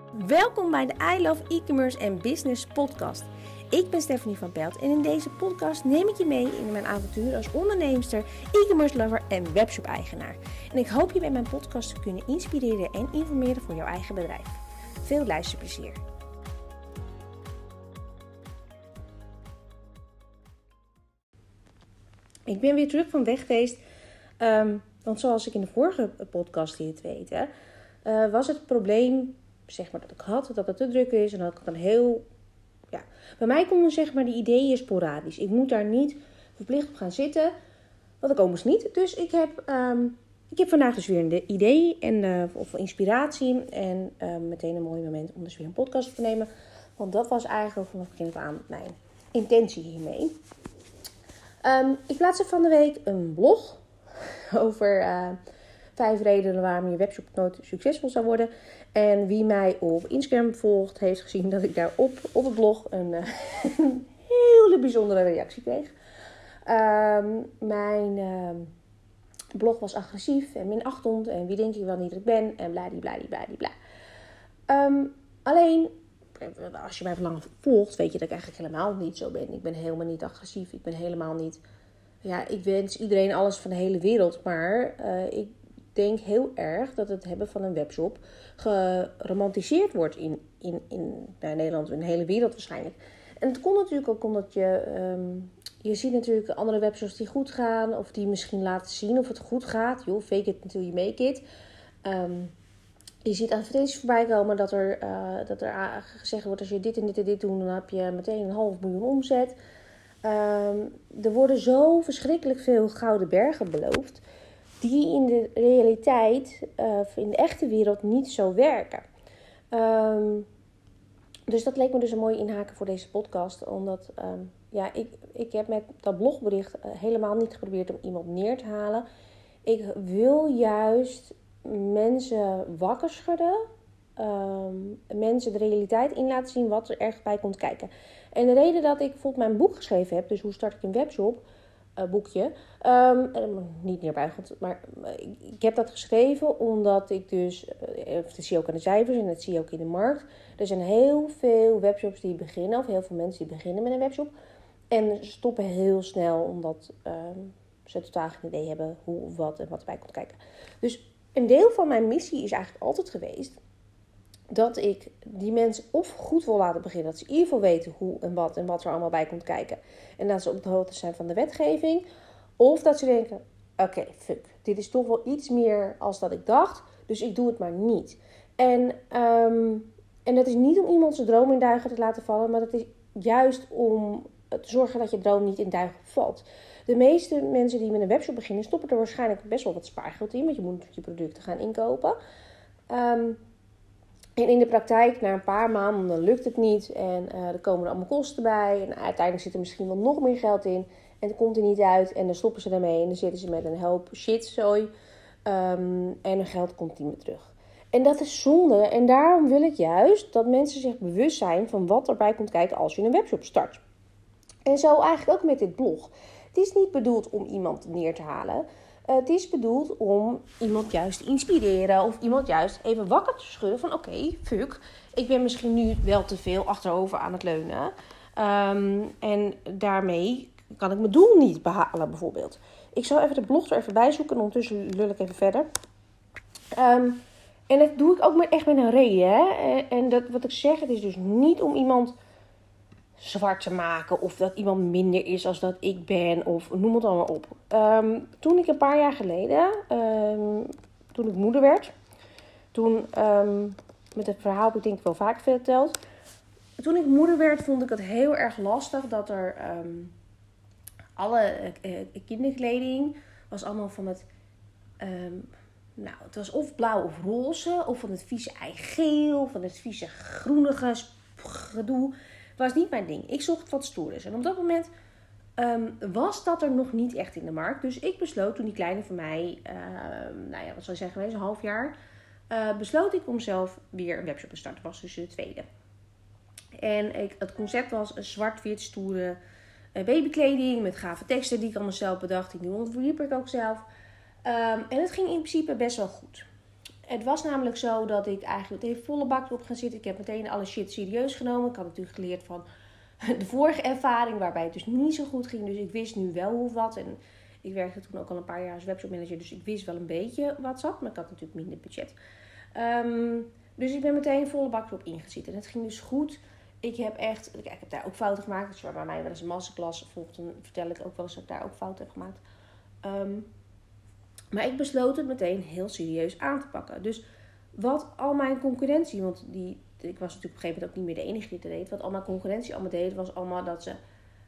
Welkom bij de I Love E-commerce en Business podcast. Ik ben Stephanie van Pelt en in deze podcast neem ik je mee in mijn avontuur als onderneemster, e-commerce lover en webshop eigenaar. En ik hoop je bij mijn podcast te kunnen inspireren en informeren voor jouw eigen bedrijf. Veel luisterplezier. Ik ben weer terug van weg geweest, want zoals ik in de vorige podcast liet weten, was het probleem zeg maar dat ik had, dat het te druk is en dat ik dan bij mij komen zeg maar die ideeën sporadisch. Ik moet daar niet verplicht op gaan zitten, want dat komen ze niet. Dus ik heb vandaag dus weer een idee of inspiratie en meteen een mooi moment om dus weer een podcast op te nemen. Want dat was eigenlijk vanaf begin af aan mijn intentie hiermee. Ik plaatste van de week een blog over 5 redenen waarom je webshop nooit succesvol zou worden. En wie mij op Instagram volgt, heeft gezien dat ik daar op het blog een hele bijzondere reactie kreeg. Mijn blog was agressief en minachtend en wie denk je wel niet dat ik ben en bladibladibladibla. Alleen, als je mij van lang volgt, weet je dat ik eigenlijk helemaal niet zo ben. Ik ben helemaal niet agressief, ik ben helemaal niet... Ja, ik wens iedereen alles van de hele wereld, maar ik denk heel erg dat het hebben van een webshop geromantiseerd wordt in Nederland, in de hele wereld waarschijnlijk. En het komt natuurlijk ook omdat je ziet natuurlijk andere webshops die goed gaan, of die misschien laten zien of het goed gaat. Joh, fake it until you make it. Je ziet advertenties voorbij komen dat er gezegd wordt, als je dit en dit en dit doet, dan heb je meteen 500.000 omzet. Er worden zo verschrikkelijk veel gouden bergen beloofd, die in de realiteit, in de echte wereld, niet zo werken. Dus dat leek me dus een mooie inhaken voor deze podcast. Omdat ik heb met dat blogbericht helemaal niet geprobeerd om iemand neer te halen. Ik wil juist mensen wakker schudden. Mensen de realiteit in laten zien wat er echt bij komt kijken. En de reden dat ik bijvoorbeeld mijn boek geschreven heb, dus hoe start ik een webshop, boekje, niet neerbuigend, maar ik heb dat geschreven omdat ik dus, dat zie je ook aan de cijfers en dat zie je ook in de markt, er zijn heel veel webshops die beginnen, of heel veel mensen die beginnen met een webshop en stoppen heel snel omdat ze totaal geen idee hebben hoe, wat en wat erbij komt kijken. Dus een deel van mijn missie is eigenlijk altijd geweest dat ik die mensen of goed wil laten beginnen. Dat ze in ieder geval weten hoe en wat er allemaal bij komt kijken. En dat ze op de hoogte zijn van de wetgeving. Of dat ze denken, oké, fuck. Dit is toch wel iets meer als dat ik dacht. Dus ik doe het maar niet. En dat is niet om iemand zijn droom in duigen te laten vallen. Maar dat is juist om te zorgen dat je droom niet in duigen valt. De meeste mensen die met een webshop beginnen, stoppen er waarschijnlijk best wel wat spaargeld in. Want je moet je producten gaan inkopen. En in de praktijk, na een paar maanden, dan lukt het niet. En er komen er allemaal kosten bij. En uiteindelijk zit er misschien wel nog meer geld in. En het komt er niet uit. En dan stoppen ze daarmee. En dan zitten ze met een hoop shitzooi. En hun geld komt niet meer terug. En dat is zonde. En daarom wil ik juist dat mensen zich bewust zijn van wat erbij komt kijken als je een webshop start. En zo eigenlijk ook met dit blog. Het is niet bedoeld om iemand neer te halen. Het is bedoeld om iemand juist te inspireren of iemand juist even wakker te schudden van oké, fuck, ik ben misschien nu wel te veel achterover aan het leunen. En daarmee kan ik mijn doel niet behalen bijvoorbeeld. Ik zal even de blog er even bij zoeken en ondertussen lul ik even verder. En dat doe ik ook echt met een reden. Hè? En dat, wat ik zeg, het is dus niet om iemand zwart te maken of dat iemand minder is als dat ik ben of noem het allemaal op. Toen ik een paar jaar geleden, toen ik moeder werd, met het verhaal heb ik denk ik wel vaak verteld. Toen ik moeder werd vond ik het heel erg lastig dat er alle kinderkleding was allemaal van het, het was of blauw of roze of van het vieze eigeel, van het vieze groenige gedoe. Was niet mijn ding. Ik zocht wat stoerders. En op dat moment was dat er nog niet echt in de markt. Dus ik besloot toen die kleine van mij, wat zou ik zeggen, een half jaar, besloot ik om zelf weer een webshop te starten. Dat was dus de tweede. En het concept was een zwart-wit stoere babykleding met gave teksten die ik allemaal zelf bedacht. Die ontwierp ik ook zelf. En het ging in principe best wel goed. Het was namelijk zo dat ik eigenlijk meteen volle bak erop gaan zitten. Ik heb meteen alle shit serieus genomen. Ik had natuurlijk geleerd van de vorige ervaring, waarbij het dus niet zo goed ging. Dus ik wist nu wel hoe wat. En ik werkte toen ook al een paar jaar als webshopmanager. Dus ik wist wel een beetje wat zat. Maar ik had natuurlijk minder budget. Dus ik ben meteen volle bak erop ingezet. En het ging dus goed. Ik heb daar ook fouten gemaakt. Dus waar bij mij wel eens een masterclass volgt, dan vertel ik ook wel eens dat ik daar ook fouten heb gemaakt. Maar ik besloot het meteen heel serieus aan te pakken. Dus wat al mijn concurrentie, want ik was natuurlijk op een gegeven moment ook niet meer de enige die het deed. Wat al mijn concurrentie allemaal deed, was allemaal dat ze...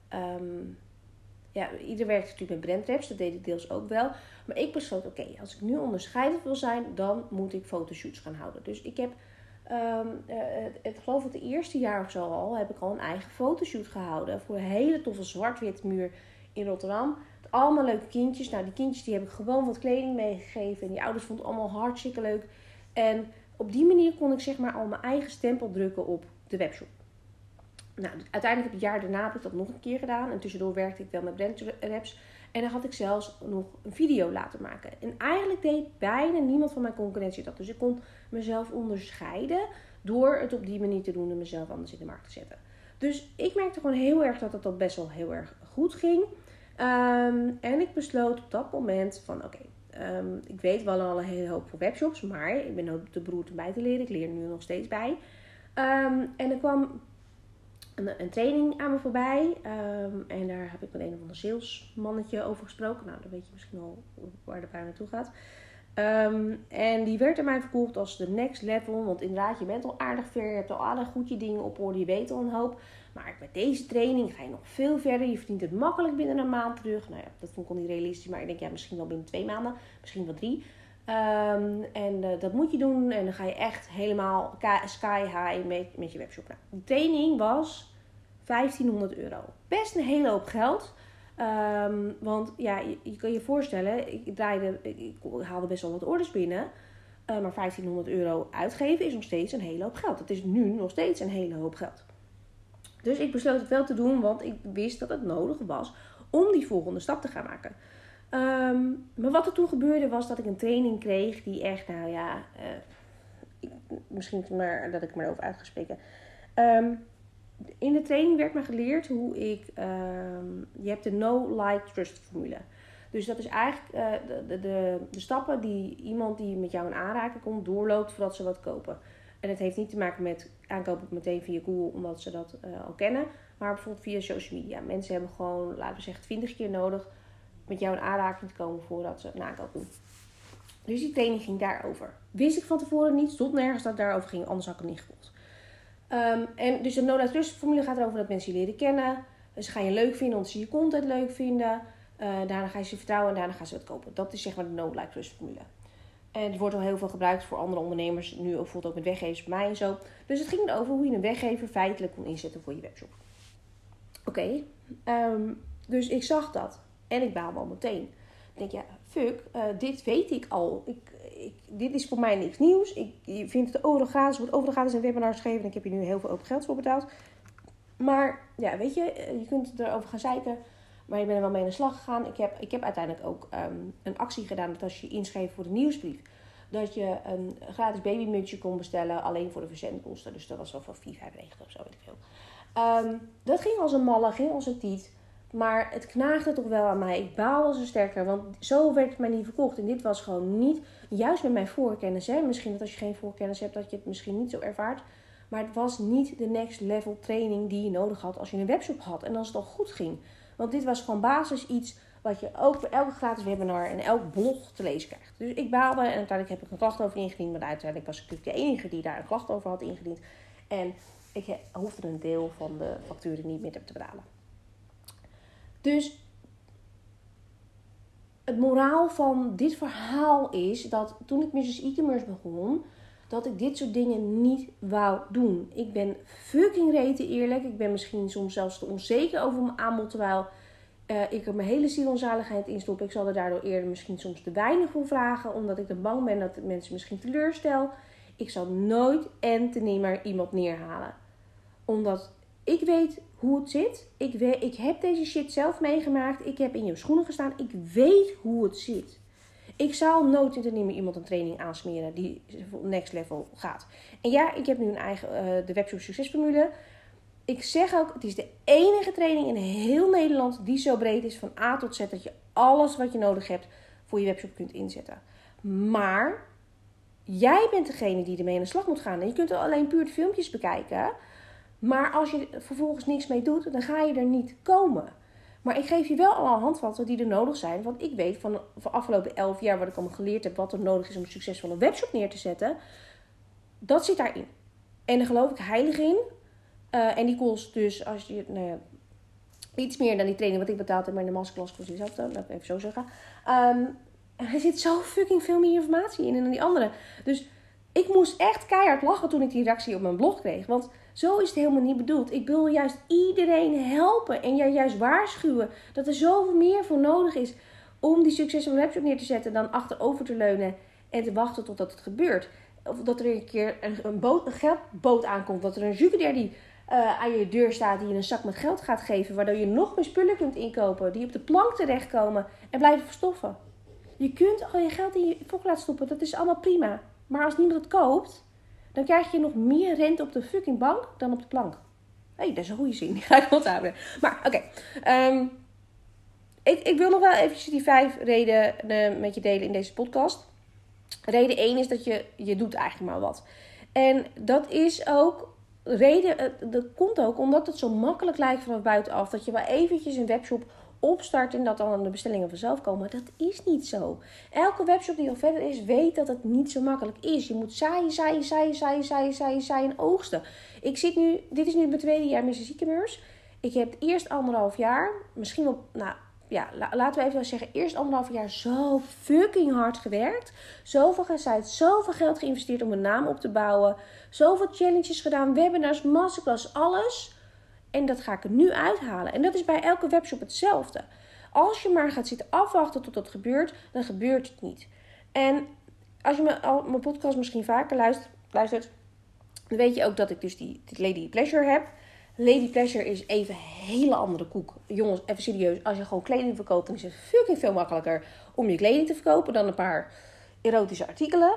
ieder werkte natuurlijk met brandreps, dat deed ik deels ook wel. Maar ik besloot, oké, als ik nu onderscheidend wil zijn, dan moet ik fotoshoots gaan houden. Dus ik heb, ik geloof dat het eerste jaar of zo al, heb ik al een eigen fotoshoot gehouden. Voor een hele toffe zwart-wit muur in Rotterdam. Allemaal leuke kindjes. Nou, die kindjes die heb ik gewoon wat kleding meegegeven. En die ouders vonden het allemaal hartstikke leuk. En op die manier kon ik zeg maar al mijn eigen stempel drukken op de webshop. Nou, uiteindelijk heb ik het jaar daarna heb ik dat nog een keer gedaan. En tussendoor werkte ik wel met brandreps. En dan had ik zelfs nog een video laten maken. En eigenlijk deed bijna niemand van mijn concurrentie dat. Dus ik kon mezelf onderscheiden door het op die manier te doen en mezelf anders in de markt te zetten. Dus ik merkte gewoon heel erg dat het al best wel heel erg goed ging. En ik besloot op dat moment van oké, ik weet wel al een hele hoop voor webshops, maar ik ben ook de beroerte bij te leren. Ik leer nu nog steeds bij. En er kwam een training aan me voorbij. En daar heb ik met een of ander salesmannetje over gesproken. Nou, dan weet je misschien al waar de pijn naartoe gaat. En die werd aan mij verkocht als de next level. Want inderdaad, je bent al aardig ver. Je hebt al aardig goed je dingen op orde. Je weet al een hoop. Maar met deze training ga je nog veel verder. Je verdient het makkelijk binnen een maand terug. Nou ja, dat vond ik al niet realistisch. Maar ik denk, ja, misschien wel binnen 2 maanden. Misschien wel 3. Dat moet je doen. En dan ga je echt helemaal sky high met je webshop. Nou, die training was €1500. Best een hele hoop geld. Want ja, je kan je voorstellen, ik haalde best wel wat orders binnen. Maar €1500 uitgeven is nog steeds een hele hoop geld. Het is nu nog steeds een hele hoop geld. Dus ik besloot het wel te doen, want ik wist dat het nodig was om die volgende stap te gaan maken. Maar wat er toen gebeurde was dat ik een training kreeg die echt, misschien maar dat ik me erover uit ga spreken. In de training werd me geleerd hoe ik... je hebt de know, like, trust formule. Dus dat is eigenlijk de stappen die iemand die met jou in aanraking komt doorloopt voordat ze wat kopen. En het heeft niet te maken met aankopen meteen via Google omdat ze dat al kennen. Maar bijvoorbeeld via social media. Mensen hebben gewoon, laten we zeggen, 20 keer nodig met jou in aanraking te komen voordat ze een aankoop doen. Dus die training ging daarover. Wist ik van tevoren niet, stond nergens dat het daarover ging, anders had ik het niet gekocht. En dus de know, like, trust formule gaat erover dat mensen je leren kennen. Ze gaan je leuk vinden omdat ze je content leuk vinden. Daarna gaan ze je vertrouwen en daarna gaan ze het kopen. Dat is zeg maar de know, like, trust formule. En het wordt al heel veel gebruikt voor andere ondernemers. Nu bijvoorbeeld ook met weggevers bij mij en zo. Dus het ging erover hoe je een weggever feitelijk kon inzetten voor je webshop. Oké. Dus ik zag dat. En ik baalde al meteen. Ik denk, dit weet ik al. Dit is voor mij niks nieuws. Je vindt het overal gratis. Er wordt overal gratis een webinar geschreven. En ik heb hier nu heel veel open geld voor betaald. Maar ja, weet je kunt erover gaan zeiken. Maar je bent er wel mee aan de slag gegaan. Ik heb uiteindelijk ook een actie gedaan. Dat als je inschreef voor de nieuwsbrief. Dat je een gratis babymutsje kon bestellen. Alleen voor de verzendkosten. Dus dat was wel voor €4,95 of zo, weet ik veel. Dat ging als een malle. Ging als een tiet. Maar het knaagde toch wel aan mij. Ik baalde zo sterker. Want zo werd het mij niet verkocht. En dit was gewoon niet... Juist met mijn voorkennis. Misschien dat als je geen voorkennis hebt. Dat je het misschien niet zo ervaart. Maar het was niet de next level training die je nodig had. Als je een webshop had. En als het al goed ging. Want dit was gewoon basis iets. Wat je ook voor elke gratis webinar. En elk blog te lezen krijgt. Dus ik baalde. En uiteindelijk heb ik een klacht over ingediend. Maar uiteindelijk was ik natuurlijk de enige die daar een klacht over had ingediend. En ik hoefde een deel van de facturen niet meer te betalen. Dus het moraal van dit verhaal is dat toen ik Mrs. E-commerce begon, dat ik dit soort dingen niet wou doen. Ik ben fucking rete eerlijk. Ik ben misschien soms zelfs te onzeker over mijn aanbod, terwijl ik er mijn hele ziel en zaligheid in stop. Ik zal er daardoor eerder misschien soms te weinig voor vragen, omdat ik er bang ben dat de mensen misschien teleurstel. Ik zal nooit en te nimmer iemand neerhalen. Omdat ik weet hoe het zit. Ik heb deze shit zelf meegemaakt. Ik heb in je schoenen gestaan. Ik weet hoe het zit. Ik zou nooit niet meer iemand een training aansmeren die next level gaat. En ja, ik heb nu een eigen, de Webshop Succesformule. Ik zeg ook, het is de enige training in heel Nederland die zo breed is van A tot Z. Dat je alles wat je nodig hebt voor je webshop kunt inzetten. Maar jij bent degene die ermee aan de slag moet gaan. En je kunt alleen puur de filmpjes bekijken. Maar als je er vervolgens niks mee doet, dan ga je er niet komen. Maar ik geef je wel alle handvatten die er nodig zijn. Want ik weet van de afgelopen 11 jaar wat ik allemaal geleerd heb. Wat er nodig is om een succesvolle webshop neer te zetten. Dat zit daarin. En daar geloof ik heilig in. En die kost dus als je iets meer dan die training wat ik betaald heb. Maar in de masterclass kost hetzelfde. Laat ik even zo zeggen. Er zit zo fucking veel meer informatie in dan die andere. Dus ik moest echt keihard lachen toen ik die reactie op mijn blog kreeg. Want zo is het helemaal niet bedoeld. Ik wil juist iedereen helpen. En juist waarschuwen dat er zoveel meer voor nodig is om die succesvolle webshop neer te zetten dan achterover te leunen en te wachten totdat het gebeurt. Of dat er een keer een geldboot aankomt. Dat er een sugar die aan je deur staat die je een zak met geld gaat geven. Waardoor je nog meer spullen kunt inkopen die op de plank terechtkomen en blijven verstoffen. Je kunt al je geld in je pocket laten stoppen. Dat is allemaal prima. Maar als niemand het koopt, dan krijg je nog meer rente op de fucking bank dan op de plank. Hé, dat is een goede zin. Die ga ik onthouden. Maar oké. Ik wil nog wel eventjes die 5 redenen met je delen in deze podcast. Reden 1 is dat je doet eigenlijk maar wat. En dat is ook dat komt ook omdat het zo makkelijk lijkt vanaf buitenaf. Dat je wel eventjes een webshop opstart en dat dan de bestellingen vanzelf komen. Dat is niet zo. Elke webshop die al verder is, weet dat het niet zo makkelijk is. Je moet zaaien en oogsten. Dit is nu mijn 2e jaar Mrs. E-commerce. Ik heb eerst 1,5 jaar, misschien wel, laten we even zeggen, eerst 1,5 jaar zo fucking hard gewerkt. Zoveel gezaaid, zoveel geld geïnvesteerd om een naam op te bouwen. Zoveel challenges gedaan, webinars, masterclass, alles. En dat ga ik er nu uithalen. En dat is bij elke webshop hetzelfde. Als je maar gaat zitten afwachten tot dat gebeurt, dan gebeurt het niet. En als je mijn podcast misschien vaker luistert, dan weet je ook dat ik dus die Lady Pleasure heb. Lady Pleasure is even een hele andere koek. Jongens, even serieus. Als je gewoon kleding verkoopt, dan is het fucking veel makkelijker om je kleding te verkopen dan een paar erotische artikelen.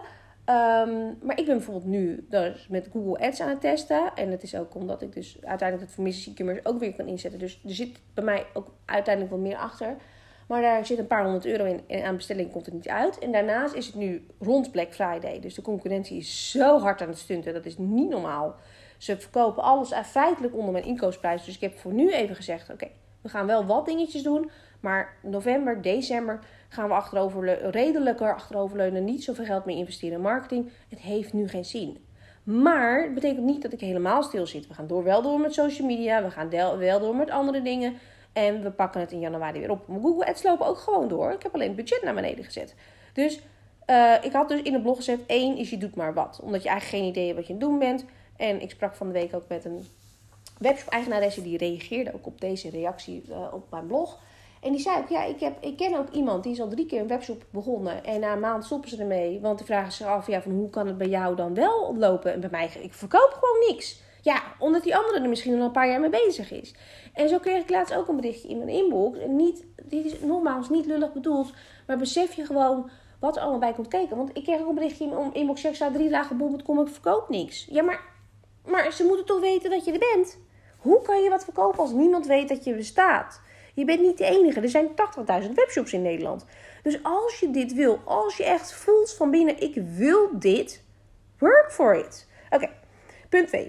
Maar ik ben bijvoorbeeld nu dus met Google Ads aan het testen. En het is ook omdat ik dus uiteindelijk het voor Mrs. E-commerce ook weer kan inzetten. Dus er zit bij mij ook uiteindelijk wat meer achter. Maar daar zit een paar €100 in en aan bestelling komt het niet uit. En daarnaast is het nu rond Black Friday. Dus de concurrentie is zo hard aan het stunten. Dat is niet normaal. Ze verkopen alles feitelijk onder mijn inkoopprijs. Dus ik heb voor nu even gezegd, oké, we gaan wel wat dingetjes doen. Maar november, december gaan we redelijker achteroverleunen. Niet zoveel geld meer investeren in marketing. Het heeft nu geen zin. Maar het betekent niet dat ik helemaal stil zit. We gaan wel door met social media. We gaan wel door met andere dingen. En we pakken het in januari weer op. Mijn Google Ads lopen ook gewoon door. Ik heb alleen het budget naar beneden gezet. Dus ik had dus in de blog gezet, 1 is je doet maar wat. Omdat je eigenlijk geen idee hebt wat je aan het doen bent. En ik sprak van de week ook met een webshop-eigenaresse die reageerde ook op deze reactie op mijn blog. En die zei ook, ik ken ook iemand die is al 3 keer een webshop begonnen. En na een maand stoppen ze ermee. Want die vragen zich af, van hoe kan het bij jou dan wel oplopen? En bij mij, ik verkoop gewoon niks. Ja, omdat die andere er misschien al een paar jaar mee bezig is. En zo kreeg ik laatst ook een berichtje in mijn inbox. En dit is nogmaals niet lullig bedoeld. Maar besef je gewoon wat er allemaal bij komt kijken. Want ik kreeg ook een berichtje in mijn inbox. Ik sta 3 dagen bol.com, ik verkoop niks. Ja, maar ze moeten toch weten dat je er bent? Hoe kan je wat verkopen als niemand weet dat je bestaat? Je bent niet de enige. Er zijn 80.000 webshops in Nederland. Dus als je dit wil, als je echt voelt van binnen, ik wil dit, work for it. Oké, punt 2.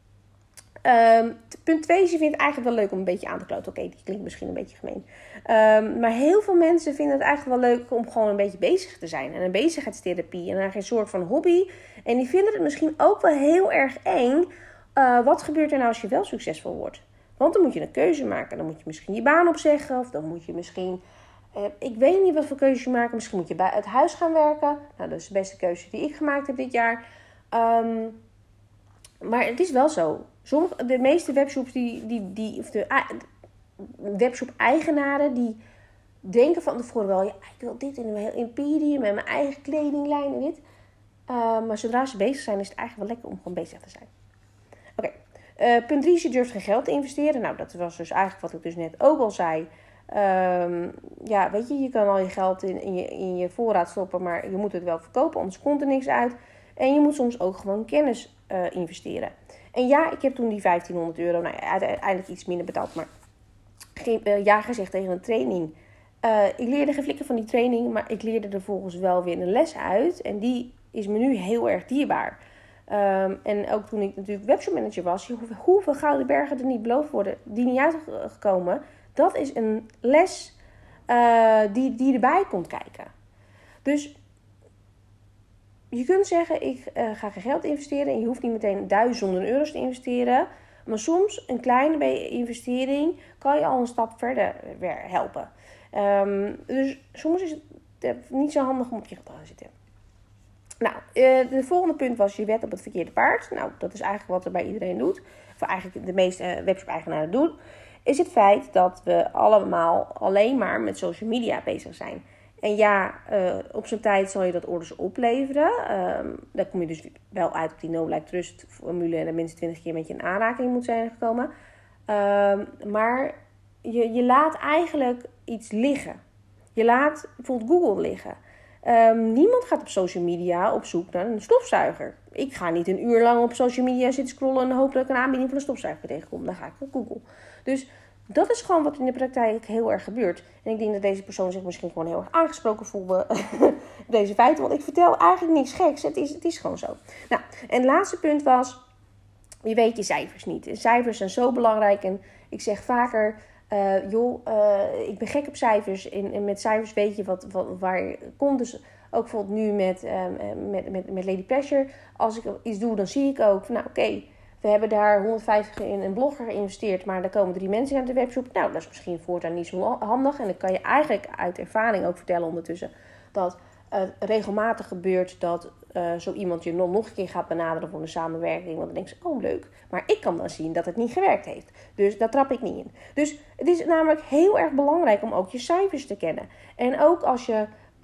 Punt 2 is, je vindt het eigenlijk wel leuk om een beetje aan te kloten. Oké, die klinkt misschien een beetje gemeen. Maar heel veel mensen vinden het eigenlijk wel leuk om gewoon een beetje bezig te zijn. En een bezigheidstherapie. En eigenlijk een soort van hobby. En die vinden het misschien ook wel heel erg eng. Wat gebeurt er nou als je wel succesvol wordt? Want dan moet je een keuze maken. Dan moet je misschien je baan opzeggen. Of dan moet je misschien, ik weet niet wat voor keuze je maakt. Misschien moet je uit huis gaan werken. Nou, dat is de beste keuze die ik gemaakt heb dit jaar. Maar het is wel zo. De meeste webshops, of de webshop-eigenaren, die denken van tevoren wel, ja, ik wil dit in een heel imperium met mijn eigen kledinglijn en dit. Maar zodra ze bezig zijn, is het eigenlijk wel lekker om gewoon bezig te zijn. Oké. Punt 3 is, je durft geen geld te investeren. Nou, dat was dus eigenlijk wat ik dus net ook al zei. Ja, weet je, je kan al je geld in je voorraad stoppen, maar je moet het wel verkopen, anders komt er niks uit. En je moet soms ook gewoon kennis investeren. En ja, ik heb toen die €1500, nou ja, uiteindelijk iets minder betaald, maar ja gezegd tegen een training. Ik leerde geen flikker van die training, maar ik leerde er volgens wel weer een les uit. En die is me nu heel erg dierbaar. En ook toen ik natuurlijk webshopmanager was, hoeveel gouden bergen er niet beloofd worden, die niet uitgekomen. Dat is een les die erbij komt kijken. Dus je kunt zeggen, ik ga geen geld investeren. En je hoeft niet meteen €1000 te investeren. Maar soms een kleine investering kan je al een stap verder weer helpen. Dus soms is het niet zo handig om op je geld te gaan zitten. Nou, de volgende punt was je wet op het verkeerde paard. Nou, dat is eigenlijk wat er bij iedereen doet. Of eigenlijk de meeste webshop-eigenaren doen. Is het feit dat we allemaal alleen maar met social media bezig zijn. En ja, op zijn tijd zal je dat orders opleveren. Daar kom je dus wel uit op die no-like trust formule. En er minstens 20 keer met je in aanraking moet zijn gekomen. Maar je laat eigenlijk iets liggen. Je laat bijvoorbeeld Google liggen. Niemand gaat op social media op zoek naar een stofzuiger. Ik ga niet een uur lang op social media zitten scrollen en hoop dat ik een aanbieding van een stofzuiger tegenkom. Dan ga ik op Google. Dus dat is gewoon wat in de praktijk heel erg gebeurt. En ik denk dat deze persoon zich misschien gewoon heel erg aangesproken voelde. Deze feiten. Want ik vertel eigenlijk niks geks. Het is gewoon zo. Nou, en het laatste punt was, je weet je cijfers niet. En cijfers zijn zo belangrijk. En ik zeg vaker, ik ben gek op cijfers. En met cijfers weet je waar je komt. Dus ook bijvoorbeeld nu met Lady Pleasure. Als ik iets doe, dan zie ik ook van, nou oké, we hebben daar 150 in een blogger geïnvesteerd, maar er komen 3 mensen naar de webshop. Nou, dat is misschien voortaan niet zo handig. En dan kan je eigenlijk uit ervaring ook vertellen ondertussen dat regelmatig gebeurt dat zo iemand je nog een keer gaat benaderen voor een samenwerking. Want dan denk je, oh leuk, maar ik kan dan zien dat het niet gewerkt heeft. Dus daar trap ik niet in. Dus het is namelijk heel erg belangrijk om ook je cijfers te kennen. En ook als je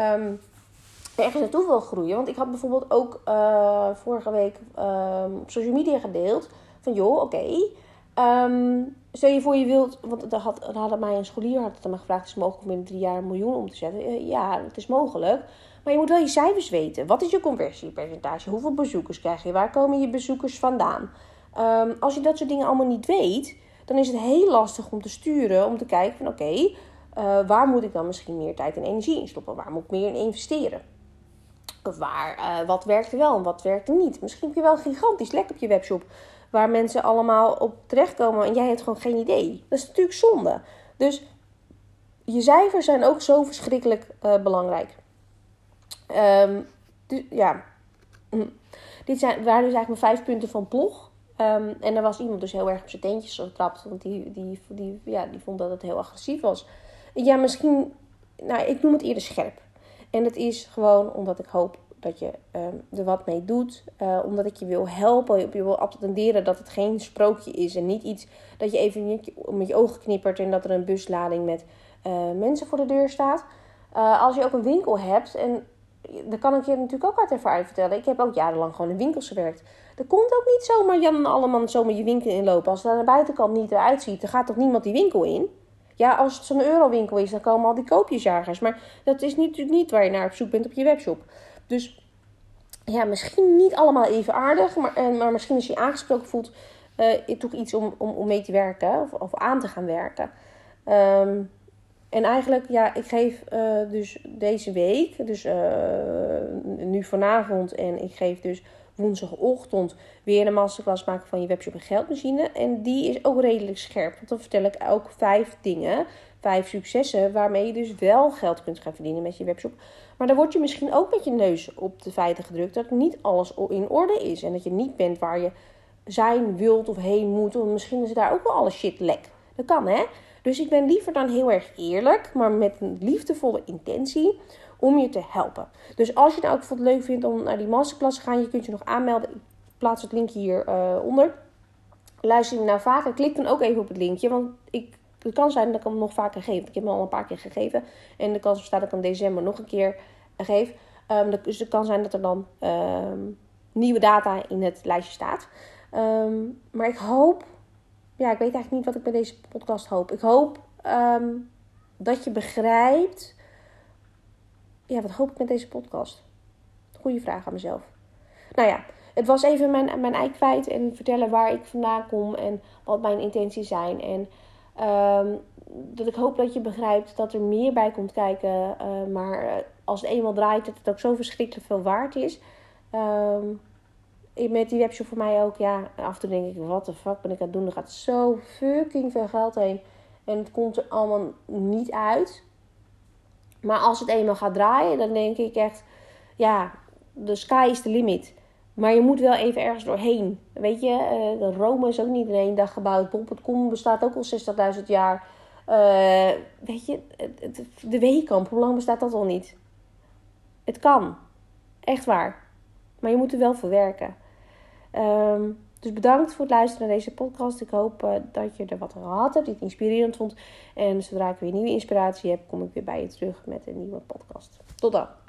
ergens naartoe wil groeien. Want ik had bijvoorbeeld ook vorige week op social media gedeeld van joh, oké. Stel je voor je wilt, want had mij een scholier had het aan me gevraagd, is het mogelijk om binnen 3 jaar 1 miljoen om te zetten? Ja, het is mogelijk. Maar je moet wel je cijfers weten. Wat is je conversiepercentage? Hoeveel bezoekers krijg je? Waar komen je bezoekers vandaan? Als je dat soort dingen allemaal niet weet, dan is het heel lastig om te sturen, om te kijken van oké, waar moet ik dan misschien meer tijd en energie in stoppen? Waar moet ik meer in investeren? Wat werkt er wel en wat werkt er niet? Misschien heb je wel een gigantisch lek op je webshop waar mensen allemaal op terechtkomen en jij hebt gewoon geen idee. Dat is natuurlijk zonde. Dus je cijfers zijn ook zo verschrikkelijk belangrijk. Dit waren dus eigenlijk mijn 5 punten van blog. En er was iemand dus heel erg op zijn teentjes getrapt, want die vond dat het heel agressief was. Ja, misschien, ik noem het eerder scherp. En het is gewoon omdat ik hoop dat je er wat mee doet. Omdat ik je wil helpen. Je wil attenderen dat het geen sprookje is. En niet iets dat je even met je ogen knippert en dat er een buslading met mensen voor de deur staat. Als je ook een winkel hebt. En dat kan ik je natuurlijk ook uit ervaring vertellen. Ik heb ook jarenlang gewoon in winkels gewerkt. Er komt ook niet zomaar Jan en Alleman zomaar je winkel inlopen. Als het aan de buitenkant niet eruit ziet, dan gaat toch niemand die winkel in? Ja, als het zo'n eurowinkel is, dan komen al die koopjesjagers. Maar dat is natuurlijk niet waar je naar op zoek bent op je webshop. Dus ja, misschien niet allemaal even aardig. Maar misschien als je je aangesproken voelt, toch iets om mee te werken. Of aan te gaan werken. En eigenlijk, ja, ik geef dus deze week, dus nu vanavond en ik geef dus woensdagochtend weer een masterclass maken van je webshop en geldmachine. En die is ook redelijk scherp, want dan vertel ik ook 5 dingen, 5 successen waarmee je dus wel geld kunt gaan verdienen met je webshop. Maar dan word je misschien ook met je neus op de feiten gedrukt dat niet alles in orde is. En dat je niet bent waar je zijn wilt of heen moet. Of misschien is daar ook wel alle shit lek. Dat kan, hè? Dus ik ben liever dan heel erg eerlijk, maar met een liefdevolle intentie om je te helpen. Dus als je het nou ook bijvoorbeeld leuk vindt om naar die masterclass te gaan, je kunt je nog aanmelden. Ik plaats het linkje hier onder. Luister je nou vaker, klik dan ook even op het linkje, want het kan zijn dat ik hem nog vaker geef. Ik heb hem al een paar keer gegeven en de kans bestaat dat ik hem december nog een keer geef. Dus het kan zijn dat er dan nieuwe data in het lijstje staat. Maar ik hoop, ja, ik weet eigenlijk niet wat ik bij deze podcast hoop. Ik hoop dat je begrijpt. Ja, wat hoop ik met deze podcast? Goeie vraag aan mezelf. Nou ja, het was even mijn ei kwijt en vertellen waar ik vandaan kom en wat mijn intenties zijn. En dat ik hoop dat je begrijpt dat er meer bij komt kijken. Maar als het eenmaal draait, dat het ook zo verschrikkelijk veel waard is. Met die webshop voor mij ook, ja, af en toe denk ik, wat de fuck ben ik aan het doen? Er gaat zo fucking veel geld heen. En het komt er allemaal niet uit. Maar als het eenmaal gaat draaien, dan denk ik echt, ja, de sky is the limit. Maar je moet wel even ergens doorheen. Weet je, Rome is ook niet in één dag gebouwd. Bol.com bestaat ook al 60.000 jaar. Weet je, de Weekamp, hoe lang bestaat dat al niet? Het kan. Echt waar. Maar je moet er wel voor werken. Dus bedankt voor het luisteren naar deze podcast. Ik hoop dat je er wat aan gehad hebt, die het inspirerend vond. En zodra ik weer nieuwe inspiratie heb, kom ik weer bij je terug met een nieuwe podcast. Tot dan.